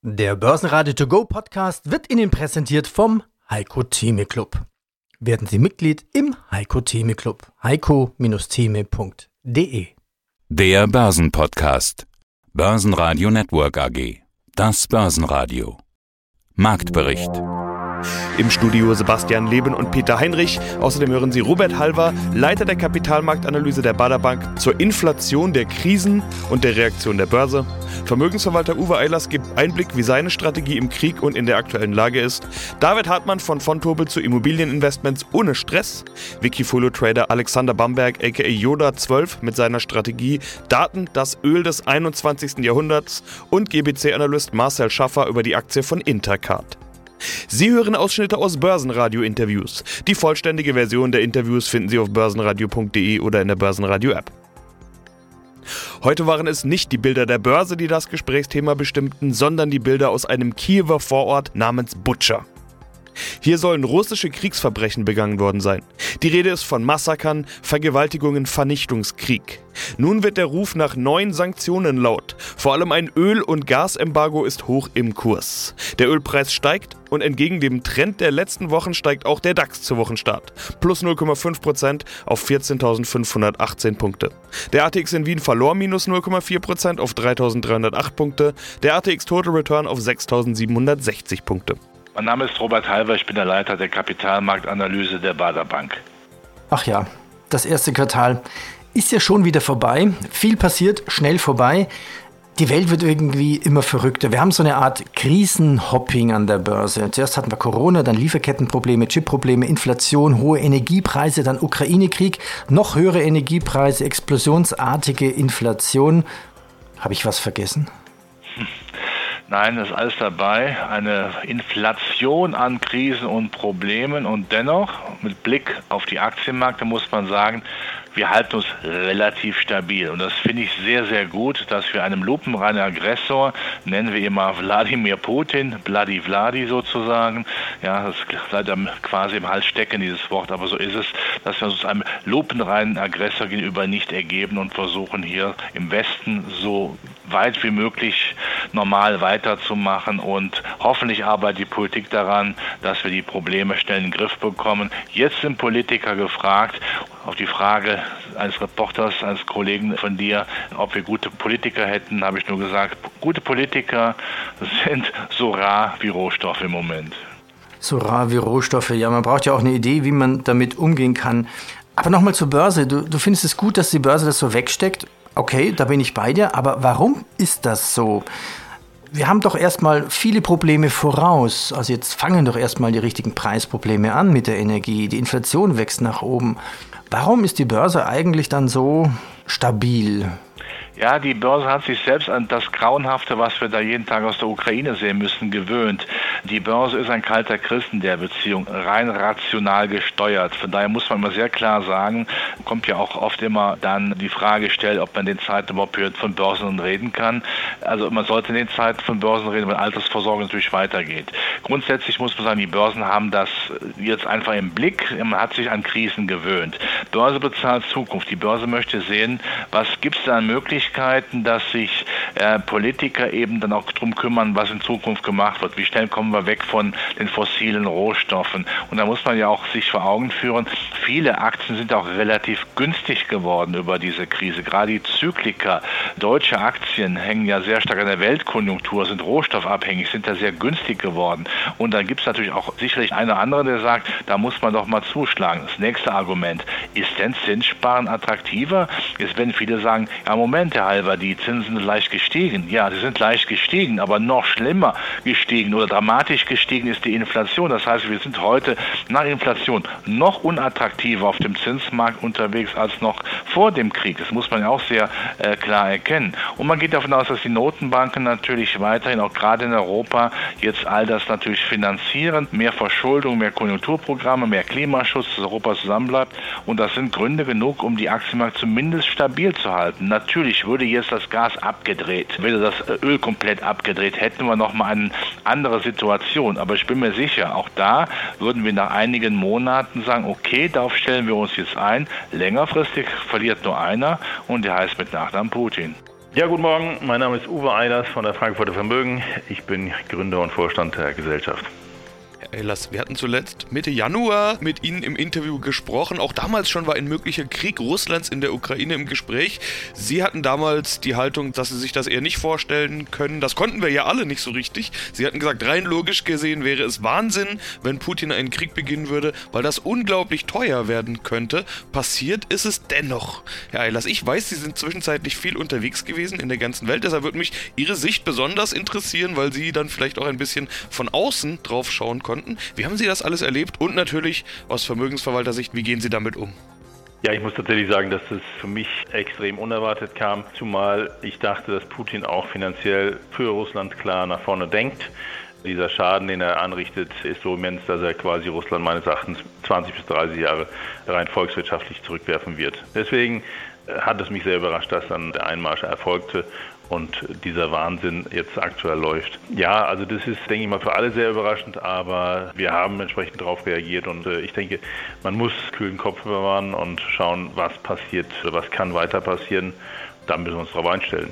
Der Börsenradio To Go Podcast wird Ihnen präsentiert vom Heiko Theme Club. Werden Sie Mitglied im Heiko Theme Club. heiko-theme.de. Der Börsenpodcast. Börsenradio Network AG. Das Börsenradio. Marktbericht. Im Studio Sebastian Leben und Peter Heinrich. Außerdem hören Sie Robert Halver, Leiter der Kapitalmarktanalyse der Baader Bank, zur Inflation der Krisen und der Reaktion der Börse. Vermögensverwalter Uwe Eilers gibt Einblick, wie seine Strategie im Krieg und in der aktuellen Lage ist. David Hartmann von Vontobel zu Immobilieninvestments ohne Stress. Wikifolio-Trader Alexander Bamberg aka Yoda12 mit seiner Strategie Daten, das Öl des 21. Jahrhunderts und GBC-Analyst Marcel Schaffer über die Aktie von Intercard. Sie hören Ausschnitte aus Börsenradio-Interviews. Die vollständige Version der Interviews finden Sie auf börsenradio.de oder in der Börsenradio-App. Heute waren es nicht die Bilder der Börse, die das Gesprächsthema bestimmten, sondern die Bilder aus einem Kiewer Vorort namens Butscha. Hier sollen russische Kriegsverbrechen begangen worden sein. Die Rede ist von Massakern, Vergewaltigungen, Vernichtungskrieg. Nun wird der Ruf nach neuen Sanktionen laut. Vor allem ein Öl- und Gasembargo ist hoch im Kurs. Der Ölpreis steigt und entgegen dem Trend der letzten Wochen steigt auch der DAX zu Wochenstart. Plus 0,5% auf 14.518 Punkte. Der ATX in Wien verlor minus 0,4% auf 3.308 Punkte. Der ATX Total Return auf 6.760 Punkte. Mein Name ist Robert Halver, ich bin der Leiter der Kapitalmarktanalyse der Baader Bank. Ach ja, das erste Quartal ist ja schon wieder vorbei. Viel passiert, schnell vorbei. Die Welt wird irgendwie immer verrückter. Wir haben so eine Art Krisenhopping an der Börse. Zuerst hatten wir Corona, dann Lieferkettenprobleme, Chipprobleme, Inflation, hohe Energiepreise, dann Ukraine-Krieg, noch höhere Energiepreise, explosionsartige Inflation. Habe ich was vergessen? Nein, das ist alles dabei. Eine Inflation an Krisen und Problemen und dennoch, mit Blick auf die Aktienmärkte muss man sagen, wir halten uns relativ stabil. Und das finde ich sehr, sehr gut, dass wir einem lupenreinen Aggressor, nennen wir immer Wladimir Putin, Bloody Vladi sozusagen, ja, das bleibt quasi im Hals stecken, dieses Wort, aber so ist es, dass wir uns einem lupenreinen Aggressor gegenüber nicht ergeben und versuchen hier im Westen so weit wie möglich normal weiterzumachen und hoffentlich arbeitet die Politik daran, dass wir die Probleme schnell in den Griff bekommen. Jetzt sind Politiker gefragt, auf die Frage eines Reporters, eines Kollegen von dir, ob wir gute Politiker hätten, habe ich nur gesagt, gute Politiker sind so rar wie Rohstoffe im Moment. So rar wie Rohstoffe, ja, man braucht ja auch eine Idee, wie man damit umgehen kann. Aber nochmal zur Börse, du findest es gut, dass die Börse das so wegsteckt? Okay, da bin ich bei dir, aber warum ist das so? Wir haben doch erstmal viele Probleme voraus. Also jetzt fangen doch erstmal die richtigen Preisprobleme an mit der Energie. Die Inflation wächst nach oben. Warum ist die Börse eigentlich dann so stabil? Ja, die Börse hat sich selbst an das Grauenhafte, was wir da jeden Tag aus der Ukraine sehen müssen, gewöhnt. Die Börse ist ein kalter Christ in der Beziehung, rein rational gesteuert. Von daher muss man immer sehr klar sagen, kommt ja auch oft immer dann die Frage gestellt, ob man in den Zeiten überhaupt von Börsen reden kann. Also man sollte in den Zeiten von Börsen reden, weil Altersvorsorge natürlich weitergeht. Grundsätzlich muss man sagen, die Börsen haben das jetzt einfach im Blick, man hat sich an Krisen gewöhnt. Börse bezahlt Zukunft. Die Börse möchte sehen, was gibt es da an Möglichkeiten, dass sich Politiker eben dann auch darum kümmern, was in Zukunft gemacht wird. Wie schnell kommen wir weg von den fossilen Rohstoffen? Und da muss man ja auch sich vor Augen führen, viele Aktien sind auch relativ günstig geworden über diese Krise. Gerade die Zykliker, deutsche Aktien hängen ja sehr stark an der Weltkonjunktur, sind rohstoffabhängig, sind da sehr günstig geworden. Und dann gibt es natürlich auch sicherlich einen oder anderen, der sagt, da muss man doch mal zuschlagen. Das nächste Argument, ist denn Zinssparen attraktiver? Jetzt werden viele sagen, ja Moment, Herr Halver, die Zinsen sind leicht gestiegen. Ja, sie sind leicht gestiegen, aber noch schlimmer gestiegen oder dramatisch gestiegen ist die Inflation. Das heißt, wir sind heute nach Inflation noch unattraktiver auf dem Zinsmarkt unterwegs als noch vor dem Krieg. Das muss man ja auch sehr klar erkennen. Und man geht davon aus, dass die Notenbanken natürlich weiterhin, auch gerade in Europa, jetzt all das natürlich finanzieren. Mehr Verschuldung, mehr Konjunkturprogramme, mehr Klimaschutz, dass Europa zusammenbleibt. Und das sind Gründe genug, um die Aktienmarkt zumindest stabil zu halten. Natürlich würde jetzt das Gas abgedreht, würde das Öl komplett abgedreht, hätten wir nochmal eine andere Situation. Aber ich bin mir sicher, auch da würden wir nach einigen Monaten sagen, okay, darauf stellen wir uns jetzt ein. Längerfristig verliert nur einer und der heißt mit Nachnamen Putin. Ja, guten Morgen. Mein Name ist Uwe Eilers von der Frankfurter Vermögen. Ich bin Gründer und Vorstand der Gesellschaft. Herr Eilers, wir hatten zuletzt Mitte Januar mit Ihnen im Interview gesprochen. Auch damals schon war ein möglicher Krieg Russlands in der Ukraine im Gespräch. Sie hatten damals die Haltung, dass Sie sich das eher nicht vorstellen können. Das konnten wir ja alle nicht so richtig. Sie hatten gesagt, rein logisch gesehen wäre es Wahnsinn, wenn Putin einen Krieg beginnen würde, weil das unglaublich teuer werden könnte. Passiert ist es dennoch. Herr Eilers, ich weiß, Sie sind zwischenzeitlich viel unterwegs gewesen in der ganzen Welt. Deshalb würde mich Ihre Sicht besonders interessieren, weil Sie dann vielleicht auch ein bisschen von außen drauf schauen konnten. Wie haben Sie das alles erlebt? Und natürlich aus Vermögensverwaltersicht, wie gehen Sie damit um? Ja, ich muss tatsächlich sagen, dass das für mich extrem unerwartet kam, zumal ich dachte, dass Putin auch finanziell für Russland klar nach vorne denkt. Dieser Schaden, den er anrichtet, ist so immens, dass er quasi Russland meines Erachtens 20 bis 30 Jahre rein volkswirtschaftlich zurückwerfen wird. Deswegen hat es mich sehr überrascht, dass dann der Einmarsch erfolgte und dieser Wahnsinn jetzt aktuell läuft. Ja, also das ist, denke ich mal, für alle sehr überraschend, aber wir haben entsprechend darauf reagiert und ich denke, man muss kühlen Kopf bewahren und schauen, was passiert, was kann weiter passieren. Da müssen wir uns darauf einstellen.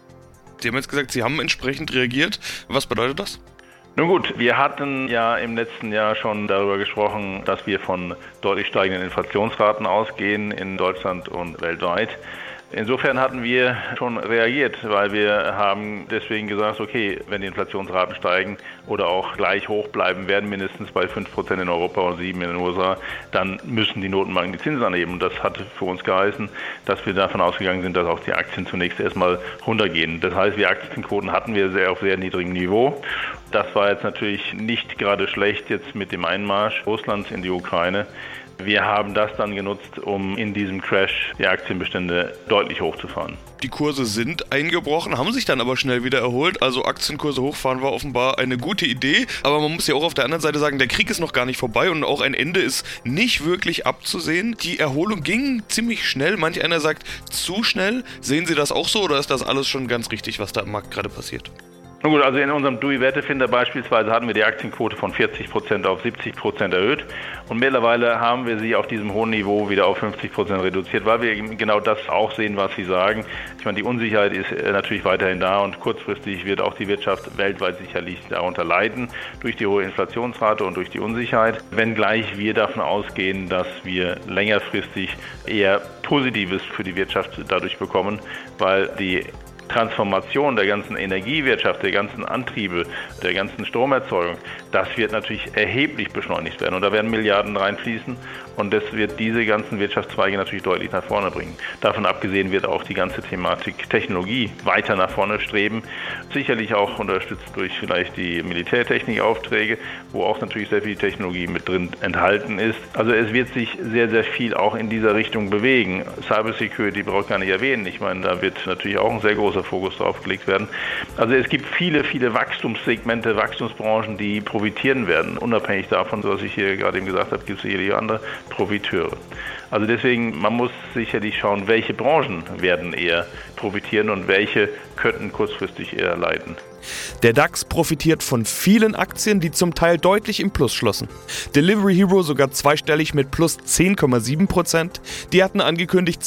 Sie haben jetzt gesagt, Sie haben entsprechend reagiert. Was bedeutet das? Nun gut, wir hatten ja im letzten Jahr schon darüber gesprochen, dass wir von deutlich steigenden Inflationsraten ausgehen in Deutschland und weltweit. Insofern hatten wir schon reagiert, weil wir haben deswegen gesagt, okay, wenn die Inflationsraten steigen oder auch gleich hoch bleiben werden, mindestens bei 5% in Europa und 7% in den USA, dann müssen die Notenbanken die Zinsen anheben. Und das hat für uns geheißen, dass wir davon ausgegangen sind, dass auch die Aktien zunächst erstmal runtergehen. Das heißt, die Aktienquoten hatten wir auf sehr niedrigem Niveau. Das war jetzt natürlich nicht gerade schlecht jetzt mit dem Einmarsch Russlands in die Ukraine. Wir haben das dann genutzt, um in diesem Crash die Aktienbestände deutlich hochzufahren. Die Kurse sind eingebrochen, haben sich dann aber schnell wieder erholt. Also Aktienkurse hochfahren war offenbar eine gute Idee. Aber man muss ja auch auf der anderen Seite sagen, der Krieg ist noch gar nicht vorbei und auch ein Ende ist nicht wirklich abzusehen. Die Erholung ging ziemlich schnell. Manch einer sagt zu schnell. Sehen Sie das auch so oder ist das alles schon ganz richtig, was da im Markt gerade passiert? Na gut, also in unserem DUI-Wertefinder beispielsweise hatten wir die Aktienquote von 40% auf 70% erhöht und mittlerweile haben wir sie auf diesem hohen Niveau wieder auf 50% reduziert, weil wir eben genau das auch sehen, was Sie sagen. Ich meine, die Unsicherheit ist natürlich weiterhin da und kurzfristig wird auch die Wirtschaft weltweit sicherlich darunter leiden durch die hohe Inflationsrate und durch die Unsicherheit, wenngleich wir davon ausgehen, dass wir längerfristig eher Positives für die Wirtschaft dadurch bekommen, weil die Transformation der ganzen Energiewirtschaft, der ganzen Antriebe, der ganzen Stromerzeugung, das wird natürlich erheblich beschleunigt werden und da werden Milliarden reinfließen und das wird diese ganzen Wirtschaftszweige natürlich deutlich nach vorne bringen. Davon abgesehen wird auch die ganze Thematik Technologie weiter nach vorne streben, sicherlich auch unterstützt durch vielleicht die Militärtechnikaufträge, wo auch natürlich sehr viel Technologie mit drin enthalten ist. Also es wird sich sehr, sehr viel auch in dieser Richtung bewegen. Cybersecurity brauche ich gar nicht erwähnen. Ich meine, da wird natürlich auch ein sehr großer Fokus drauf gelegt werden. Also es gibt viele, viele Wachstumssegmente, Wachstumsbranchen, die profitieren werden. Unabhängig davon, was ich hier gerade eben gesagt habe, gibt es sicherlich andere Profiteure. Also deswegen, man muss sicherlich schauen, welche Branchen werden eher profitieren und welche könnten kurzfristig eher leiden. Der DAX profitiert von vielen Aktien, die zum Teil deutlich im Plus schlossen. Delivery Hero sogar zweistellig mit plus 10,7%. Die hatten angekündigt,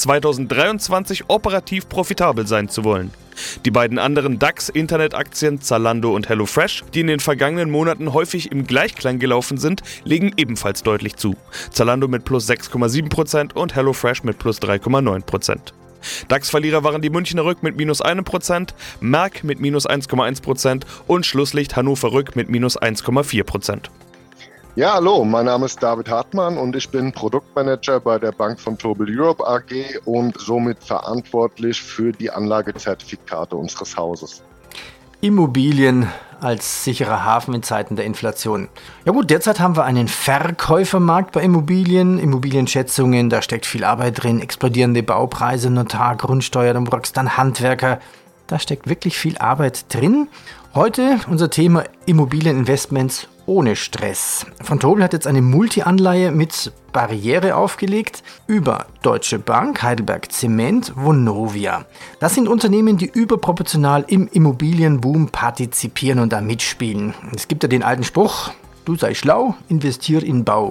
2023 operativ profitabel sein zu wollen. Die beiden anderen DAX-Internetaktien, Zalando und HelloFresh, die in den vergangenen Monaten häufig im Gleichklang gelaufen sind, legen ebenfalls deutlich zu. Zalando mit plus 6,7% und HelloFresh mit plus 3,9%. DAX-Verlierer waren die Münchner Rück mit minus 1%, Merck mit minus 1,1% und Schlusslicht Hannover Rück mit minus 1,4%. Ja, hallo, mein Name ist David Hartmann und ich bin Produktmanager bei der Bank Vontobel Europe AG und somit verantwortlich für die Anlagezertifikate unseres Hauses. Immobilien als sicherer Hafen in Zeiten der Inflation. Ja gut, derzeit haben wir einen Verkäufermarkt bei Immobilien, Immobilienschätzungen, da steckt viel Arbeit drin, explodierende Baupreise, Notar, Grundsteuer, dann brauchst du dann Handwerker. Da steckt wirklich viel Arbeit drin. Heute unser Thema Immobilieninvestments ohne Stress. Vontobel hat jetzt eine Multi-Anleihe mit Barriere aufgelegt über Deutsche Bank, Heidelberg Zement, Vonovia. Das sind Unternehmen, die überproportional im Immobilienboom partizipieren und da mitspielen. Es gibt ja den alten Spruch, du sei schlau, investier in Bau.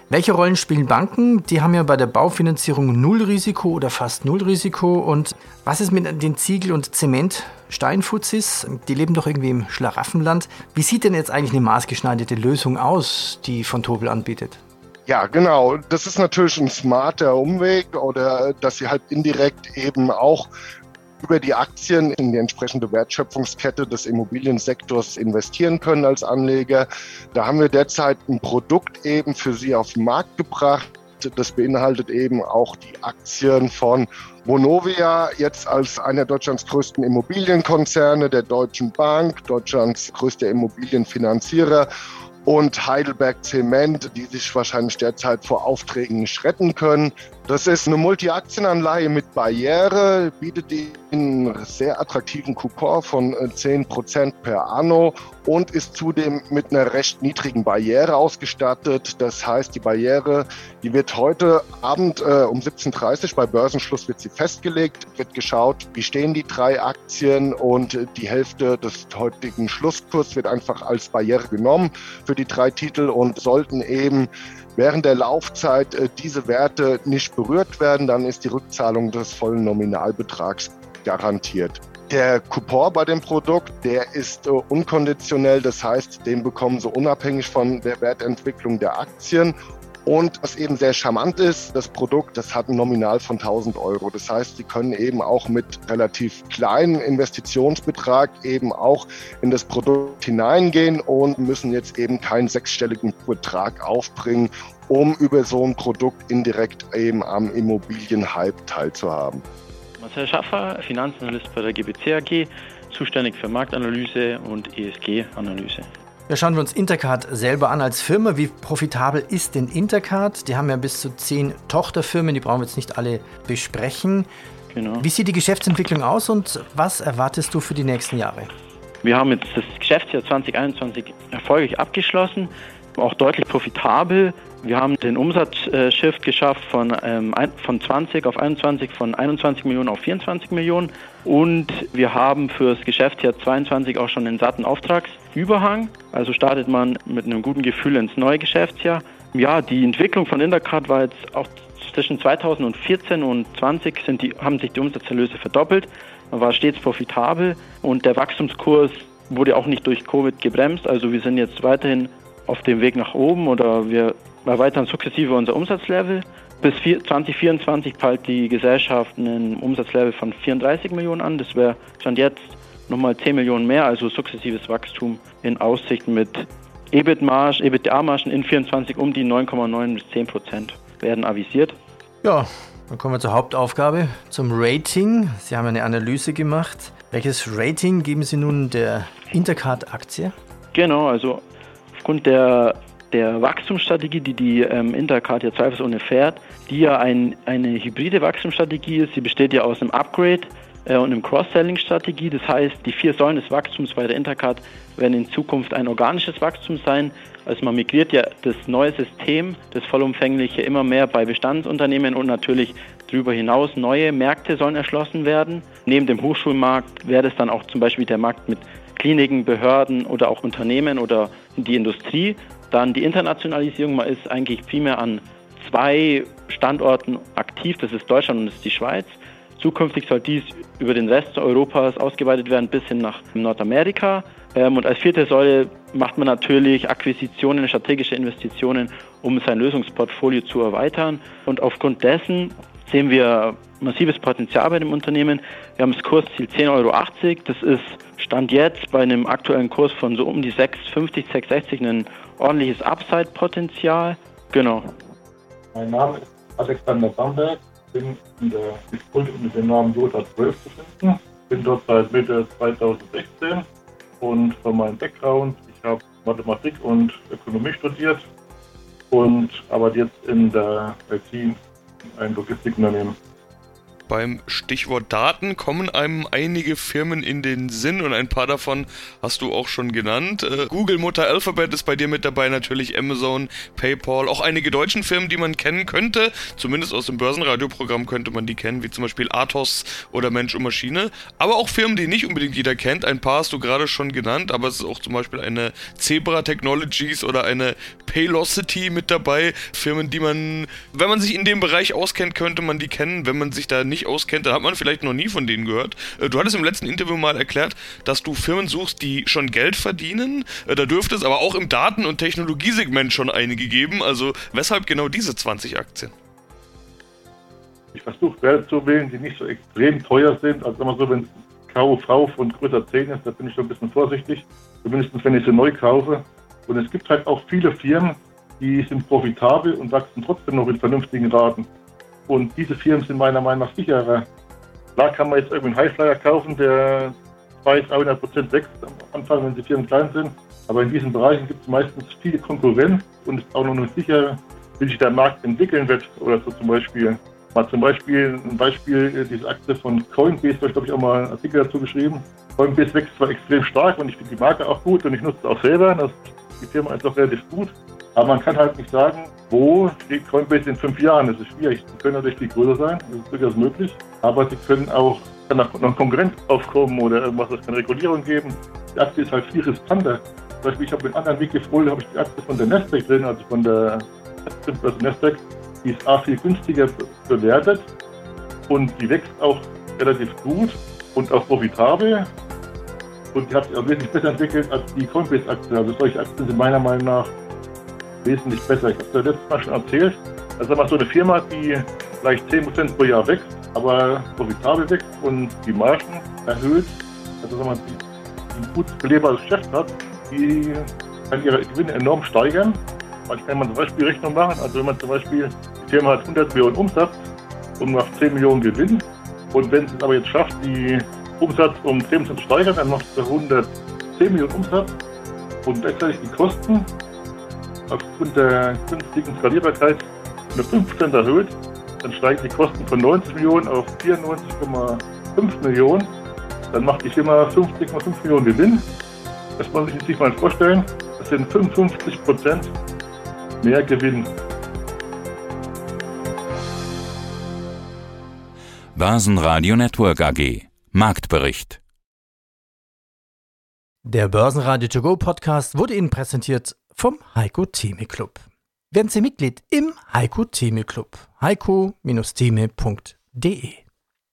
Welche Rollen spielen Banken? Die haben ja bei der Baufinanzierung Nullrisiko oder fast Nullrisiko. Und was ist mit den Ziegel- und Zement-Steinfuzis? Die leben doch irgendwie im Schlaraffenland. Wie sieht denn jetzt eigentlich eine maßgeschneiderte Lösung aus, die von Tobel anbietet? Ja, genau. Das ist natürlich ein smarter Umweg oder dass sie halt indirekt eben auch über die Aktien in die entsprechende Wertschöpfungskette des Immobiliensektors investieren können als Anleger. Da haben wir derzeit ein Produkt eben für Sie auf den Markt gebracht. Das beinhaltet eben auch die Aktien von Vonovia, jetzt als einer Deutschlands größten Immobilienkonzerne, der Deutschen Bank, Deutschlands größter Immobilienfinanzierer, und Heidelberg Zement, die sich wahrscheinlich derzeit vor Aufträgen nicht retten können. Das ist eine Multi-Aktien-Anleihe mit Barriere, bietet einen sehr attraktiven Coupon von 10% per anno und ist zudem mit einer recht niedrigen Barriere ausgestattet. Das heißt, die Barriere, die wird heute Abend um 17:30 Uhr bei Börsenschluss wird sie festgelegt, wird geschaut, wie stehen die 3 Aktien, und die Hälfte des heutigen Schlusskurs wird einfach als Barriere genommen für die 3 Titel, und sollten eben während der Laufzeit diese Werte nicht berührt werden, dann ist die Rückzahlung des vollen Nominalbetrags garantiert. Der Coupon bei dem Produkt, der ist unkonditionell, das heißt, den bekommen Sie unabhängig von der Wertentwicklung der Aktien. Und was eben sehr charmant ist, das Produkt, das hat ein Nominal von 1.000 Euro. Das heißt, Sie können eben auch mit relativ kleinen Investitionsbetrag eben auch in das Produkt hineingehen und müssen jetzt eben keinen 6-stelligen Betrag aufbringen, um über so ein Produkt indirekt eben am Immobilienhype teilzuhaben. Marcel Schaffer, Finanzanalyst bei der GBC AG, zuständig für Marktanalyse und ESG-Analyse. Ja, schauen wir uns Intercard selber an als Firma. Wie profitabel ist denn Intercard? Die haben ja bis zu 10 Tochterfirmen, die brauchen wir jetzt nicht alle besprechen. Genau. Wie sieht die Geschäftsentwicklung aus und was erwartest du für die nächsten Jahre? Wir haben jetzt das Geschäftsjahr 2021 erfolgreich abgeschlossen, auch deutlich profitabel. Wir haben den Umsatzshift geschafft von 20 auf 21, von 21 Millionen auf 24 Millionen. Und wir haben für das Geschäftsjahr 22 auch schon einen satten Auftragsüberhang. Also startet man mit einem guten Gefühl ins neue Geschäftsjahr. Ja, die Entwicklung von Intercard war jetzt auch zwischen 2014 und 20 haben sich die Umsatzerlöse verdoppelt. Man war stets profitabel und der Wachstumskurs wurde auch nicht durch Covid gebremst. Also wir sind jetzt weiterhin auf dem Weg nach oben oder wir erweitern sukzessive unser Umsatzlevel. Bis 2024 peilt die Gesellschaft einen Umsatzlevel von 34 Millionen an. Das wäre Stand jetzt nochmal 10 Millionen mehr, also sukzessives Wachstum in Aussicht mit EBITDA-Margen in 24 um die 9,9 bis 10% werden avisiert. Ja, dann kommen wir zur Hauptaufgabe, zum Rating. Sie haben eine Analyse gemacht. Welches Rating geben Sie nun der Intercard-Aktie? Genau, also aufgrund der Wachstumsstrategie, die Intercard ja zweifelsohne fährt, die ja eine hybride Wachstumsstrategie ist. Sie besteht ja aus einem Upgrade und einem Cross-Selling-Strategie. Das heißt, die 4 Säulen des Wachstums bei der Intercard werden in Zukunft ein organisches Wachstum sein. Also man migriert ja das neue System, das vollumfängliche, immer mehr bei Bestandsunternehmen und natürlich darüber hinaus neue Märkte sollen erschlossen werden. Neben dem Hochschulmarkt wäre es dann auch zum Beispiel der Markt mit Kliniken, Behörden oder auch Unternehmen oder die Industrie. Dann die Internationalisierung, man ist eigentlich primär an 2 Standorten aktiv, das ist Deutschland und das ist die Schweiz. Zukünftig soll dies über den Rest Europas ausgeweitet werden bis hin nach Nordamerika. Und als 4. Säule macht man natürlich Akquisitionen, strategische Investitionen, um sein Lösungsportfolio zu erweitern. Und aufgrund dessen sehen wir massives Potenzial bei dem Unternehmen. Wir haben das Kursziel 10,80 €. Das ist Stand jetzt bei einem aktuellen Kurs von so um die 6,50, 6,60 ein ordentliches Upside-Potenzial. Genau. Mein Name ist Alexander Bamberg. Ich bin in der Diskult mit dem Namen Jota 12 zu finden. Bin dort seit Mitte 2016 und von meinem Background, ich habe Mathematik und Ökonomie studiert und arbeite jetzt in der IT, ein Logistikunternehmen. Beim Stichwort Daten kommen einem einige Firmen in den Sinn und ein paar davon hast du auch schon genannt. Google, Mutter Alphabet ist bei dir mit dabei, natürlich Amazon, PayPal, auch einige deutschen Firmen, die man kennen könnte, zumindest aus dem Börsenradioprogramm könnte man die kennen, wie zum Beispiel Athos oder Mensch und Maschine, aber auch Firmen, die nicht unbedingt jeder kennt, ein paar hast du gerade schon genannt, aber es ist auch zum Beispiel eine Zebra Technologies oder eine Paylocity mit dabei, Firmen, die man, wenn man sich in dem Bereich auskennt, könnte man die kennen, wenn man sich da nicht auskennt, dann hat man vielleicht noch nie von denen gehört. Du hattest im letzten Interview mal erklärt, dass du Firmen suchst, die schon Geld verdienen. Da dürfte es aber auch im Daten- und Technologiesegment schon einige geben. Also weshalb genau diese 20 Aktien? Ich versuche Werte zu wählen, die nicht so extrem teuer sind. Also sagen wir so, wenn es KUV von größer 10 ist, da bin ich schon ein bisschen vorsichtig. Zumindest wenn ich sie neu kaufe. Und es gibt halt auch viele Firmen, die sind profitabel und wachsen trotzdem noch in vernünftigen Raten. Und diese Firmen sind meiner Meinung nach sicherer. Da kann man jetzt irgendwie einen Highflyer kaufen, der 200-300% wächst am Anfang, wenn die Firmen klein sind. Aber in diesen Bereichen gibt es meistens viele Konkurrenz und ist auch noch nicht sicher, wie sich der Markt entwickeln wird. Oder so zum Beispiel, diese Aktie von Coinbase, da habe ich auch mal einen Artikel dazu geschrieben. Coinbase wächst zwar extrem stark und ich finde die Marke auch gut und ich nutze es auch selber. Die Firma ist auch relativ gut. Aber man kann halt nicht sagen, wo steht Coinbase in 5 Jahren. Das ist schwierig. Sie können natürlich viel größer sein, das ist durchaus möglich. Aber sie können auch, kann noch ein Konkurrent aufkommen oder irgendwas, es kann Regulierung geben. Die Aktie ist halt viel riskanter. Zum Beispiel, ich habe mit anderen Weg gefolgt, habe ich die Aktie von der Nasdaq drin, also von der Nasdaq. Die ist A viel günstiger bewertet und die wächst auch relativ gut und auch profitabel. Und die hat sich auch wesentlich besser entwickelt als die Coinbase-Aktie. Also solche Aktien sind meiner Meinung nach wesentlich besser. Ich habe es ja letztes Mal schon erzählt. Also mal so eine Firma, die vielleicht 10% pro Jahr wächst, aber profitabel wächst und die Margen erhöht. Also wenn man die ein gut belebbares Geschäft hat, die kann ihre Gewinne enorm steigern. Manchmal kann man zum Beispiel Rechnung machen. Also wenn man zum Beispiel, die Firma hat 100 Millionen Umsatz und macht 10 Millionen Gewinn. Und wenn es aber jetzt schafft, die Umsatz um 10% zu steigern, dann macht es 110 Millionen Umsatz und gleichzeitig die Kosten aufgrund der günstigen Skalierbarkeit um 5% erhöht, dann steigen die Kosten von 90 Millionen auf 94,5 Millionen. Dann macht die Firma 50,5 Millionen Gewinn. Das muss man sich mal vorstellen. Das sind 55% mehr Gewinn. Börsenradio Network AG. Marktbericht. Der Börsenradio To Go Podcast wurde Ihnen präsentiert vom Heiko Theme Club. Werden Sie Mitglied im Heiko Theme Club. heiko-theme.de